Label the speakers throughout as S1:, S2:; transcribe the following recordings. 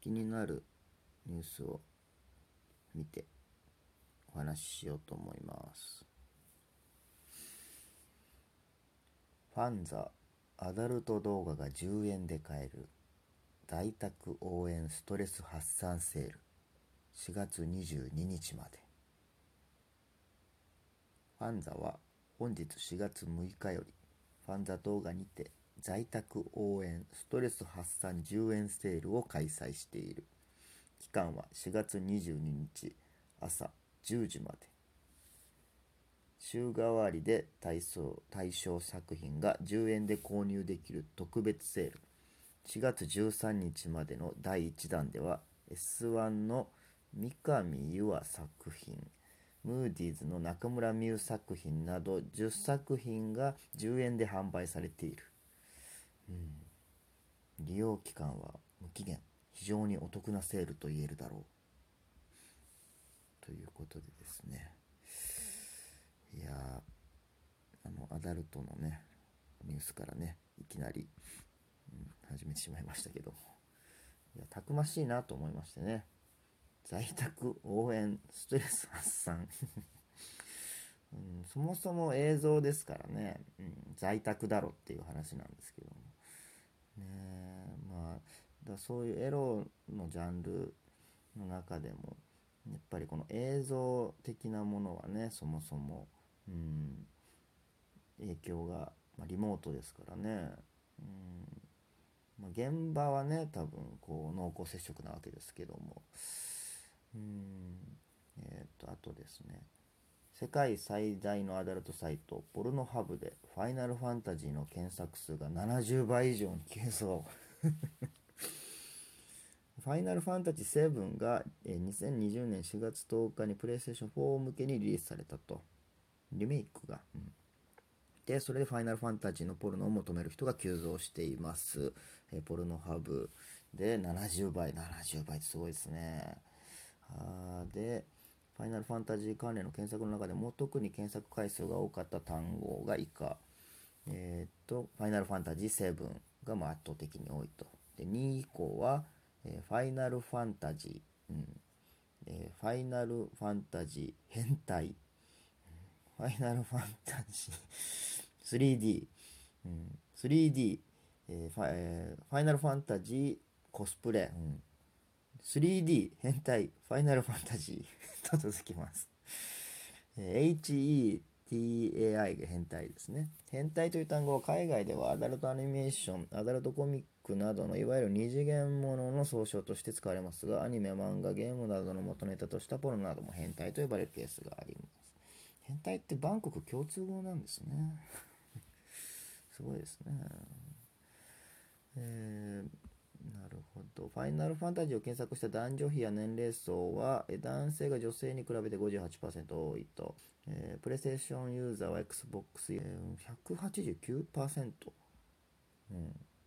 S1: 気になるニュースを見てお話ししようと思います。ファンザアダルト動画が10円で買える在宅応援ストレス発散セール4月22日まで。ファンザは本日4月6日よりファンザ動画にて在宅応援ストレス発散10円セールを開催している。期間は4月22日朝10時まで。週替わりで対象作品が10円で購入できる特別セール。4月13日までの第1弾では S1 の三上優愛作品、ムーディーズの中村美優作品など10作品が10円で販売されている。利用期間は無期限。非常にお得なセールと言えるだろうということでですね。いやアダルトのねニュースからねいきなり、始めてしまいましたけども、いやたくましいなと思いましてね。在宅応援ストレス発散そもそも映像ですからね、在宅だろっていう話なんですけどもね。まあそういうエロのジャンルの中でもやっぱりこの映像的なものはね、そもそも、影響が、リモートですからね、現場はね多分こう濃厚接触なわけですけども、あとですね、世界最大のアダルトサイトポルノハブでファイナルファンタジーの検索数が70倍以上に急増ファイナルファンタジー7が2020年4月10日にプレイステーション4向けにリリースされたと。リメイクが、でそれでファイナルファンタジーのポルノを求める人が急増しています。ポルノハブで70倍ってすごいですね。でファイナルファンタジー関連の検索の中でも特に検索回数が多かった単語が以下。ファイナルファンタジー7が圧倒的に多いと。で2位以降は、ファイナルファンタジー、ファイナルファンタジー変態、ファイナルファンタジー 3D、3D、ファイナルファンタジーコスプレ、3D 変態ファイナルファンタジーと続きます。HETAI が変態ですね。変態という単語は海外ではアダルトアニメーション、アダルトコミックなどのいわゆる二次元ものの総称として使われますが、アニメ、漫画、ゲームなどの元ネタとしたポロなども変態と呼ばれるケースがあります。変態ってバンコク共通語なんですね。すごいですね。なるほど。ファイナルファンタジーを検索した男女比や年齢層は、男性が女性に比べて 58% 多いと。プレイステーションユーザーは Xbox、189%、うん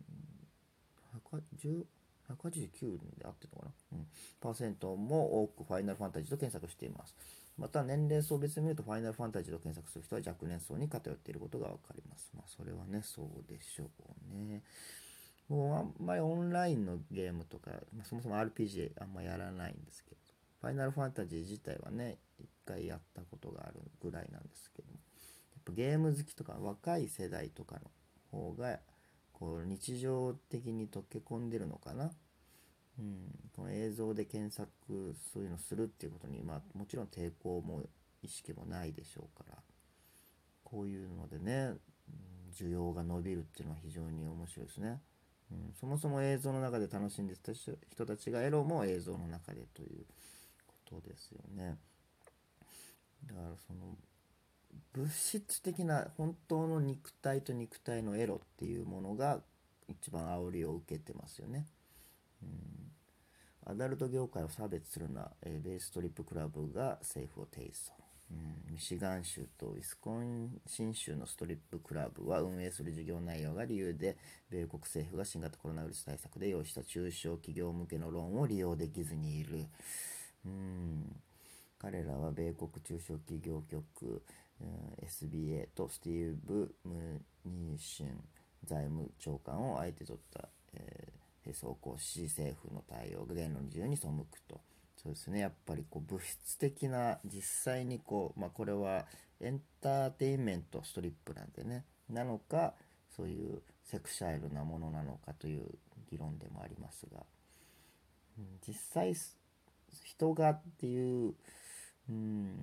S1: 、189で合ってるのかな、パーセントも多くファイナルファンタジーと検索しています。また年齢層別に見るとファイナルファンタジーと検索する人は若年層に偏っていることが分かります。それはねそうでしょうね。もうあんまりオンラインのゲームとか、そもそも RPG あんまやらないんですけど、ファイナルファンタジー自体はね一回やったことがあるぐらいなんですけども、やっぱゲーム好きとか若い世代とかの方がこう日常的に溶け込んでるのかな。この映像で検索そういうのするっていうことに、もちろん抵抗も意識もないでしょうから、こういうのでね、需要が伸びるっていうのは非常に面白いですね。そもそも映像の中で楽しんでた人たちがエロも映像の中でということですよね。だからその物質的な本当の肉体と肉体のエロっていうものが一番煽りを受けてますよね。アダルト業界を差別するな、ベーストリップクラブが政府を提訴。ミシガン州とウィスコンシン州のストリップクラブは運営する事業内容が理由で米国政府が新型コロナウイルス対策で用意した中小企業向けのローンを利用できずにいる。彼らは米国中小企業局、SBA とスティーブ・ムニーシン財務長官を相手取った、 そうこう市政府の対応が言論の自由に背くと。そうですね、やっぱりこう物質的な実際にこう、これはエンターテインメントストリップなんでね、なのかそういうセクシャイルなものなのかという議論でもありますが、実際人がっていう、うん、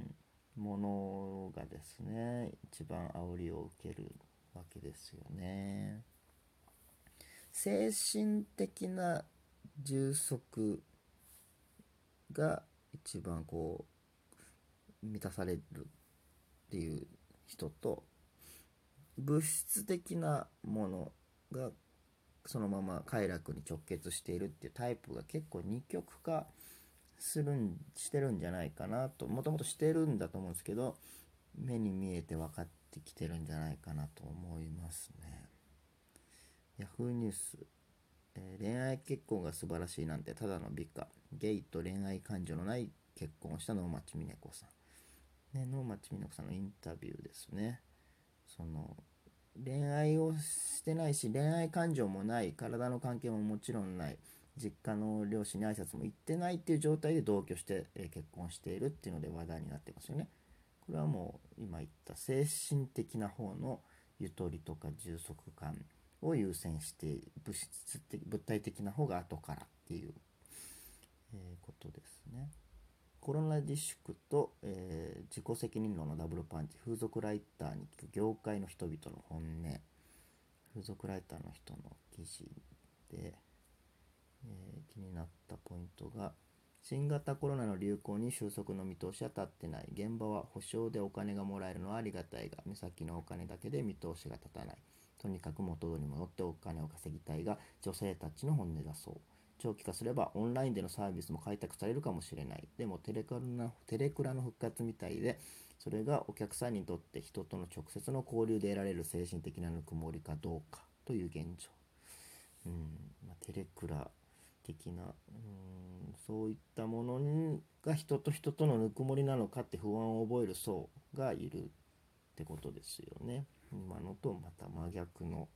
S1: ものがですね一番煽りを受けるわけですよね。精神的な充足が一番こう満たされるっていう人と、物質的なものがそのまま快楽に直結しているっていうタイプが結構二極化してるんじゃないかなと、もともとしてるんだと思うんですけど、目に見えて分かってきてるんじゃないかなと思いますね。ヤフーニュース、恋愛結婚が素晴らしいなんてただの美化、ゲイと恋愛感情のない結婚をした能町みね子さん、能町みね子さんのインタビューですね。その恋愛をしてないし恋愛感情もない、体の関係ももちろんない、実家の両親に挨拶も行ってないっていう状態で同居して、結婚しているっていうので話題になってますよね。これはもう今言った精神的な方のゆとりとか充足感を優先して物体的な方が後からっていう、ことですね。コロナ自粛と、自己責任論のダブルパンチ、風俗ライターに聞く業界の人々の本音。風俗ライターの人の記事で、気になったポイントが、新型コロナの流行に収束の見通しは立ってない、現場は保証でお金がもらえるのはありがたいが、目先のお金だけで見通しが立たない、とにかく元通りに戻ってお金を稼ぎたいが女性たちの本音だそう。長期化すればオンラインでのサービスも開拓されるかもしれない。でもテレクラの復活みたいで、それがお客さんにとって人との直接の交流で得られる精神的なぬくもりかどうかという現状。テレクラ的な、そういったものが人と人とのぬくもりなのかって不安を覚える層がいるってことですよね。今のとまた真逆の、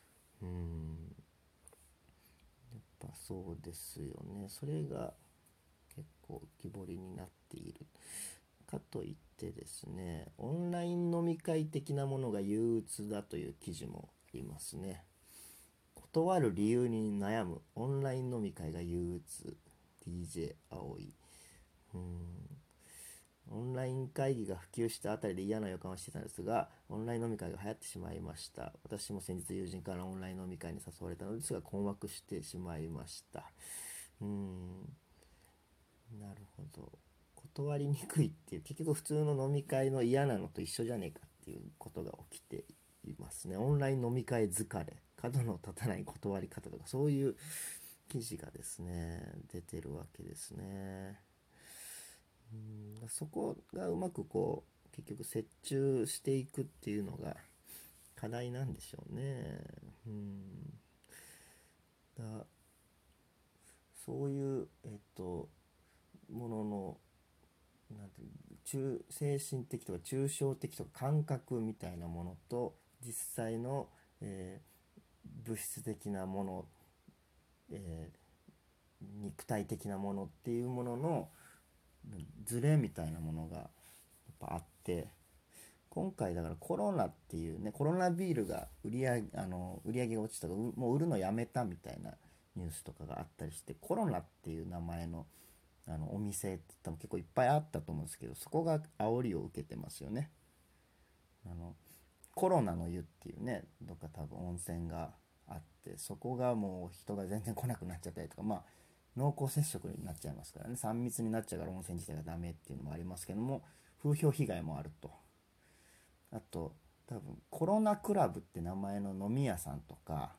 S1: やっぱそうですよね。それが結構浮き彫りになっている。かといってですね、オンライン飲み会的なものが憂鬱だという記事もありますね。断る理由に悩むオンライン飲み会が憂鬱、 DJ 葵。オンライン会議が普及したあたりで嫌な予感をしてたんですが、オンライン飲み会が流行ってしまいました。私も先日友人からオンライン飲み会に誘われたのですが困惑してしまいました。なるほど。断りにくいっていう、結局普通の飲み会の嫌なのと一緒じゃねえかっていうことが起きていますね。オンライン飲み会疲れ、角の立たない断り方とか、そういう記事がですね出てるわけですね。そこがうまくこう結局折衷していくっていうのが課題なんでしょうね。だそういうもののなんて精神的とか抽象的とか感覚みたいなものと実際の、物質的なもの、え肉体的なものっていうもののズレみたいなものがやっぱあって、今回だからコロナっていうね、コロナビールが売り上げが落ちたからもう売るのやめたみたいなニュースとかがあったりして、コロナっていう名前のお店って多分結構いっぱいあったと思うんですけど、そこが煽りを受けてますよね。コロナの湯っていうね、どっか多分温泉があって、そこがもう人が全然来なくなっちゃったりとか、濃厚接触になっちゃいますからね、3密になっちゃうから温泉自体がダメっていうのもありますけども、風評被害もあると。あと多分コロナクラブって名前の飲み屋さんとか、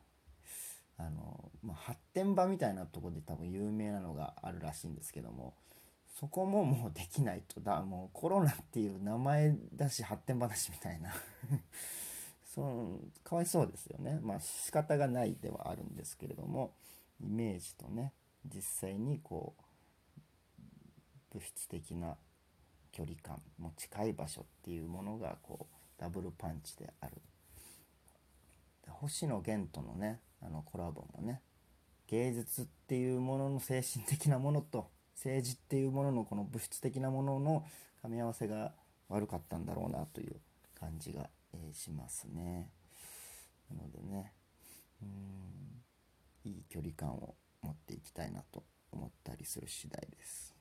S1: 発展場みたいなところで多分有名なのがあるらしいんですけども、そこももうできないと。もうコロナっていう名前だし発展場だしみたいなかわいそうですよね。仕方がないではあるんですけれども、イメージとね実際にこう物質的な距離感も近い場所っていうものがこうダブルパンチである。星野源とのねコラボもね芸術っていうものの精神的なものと政治っていうもののこの物質的なものの噛み合わせが悪かったんだろうなという感じが、しますね。なのでね、いい距離感を持っていきたいなと思ったりする次第です。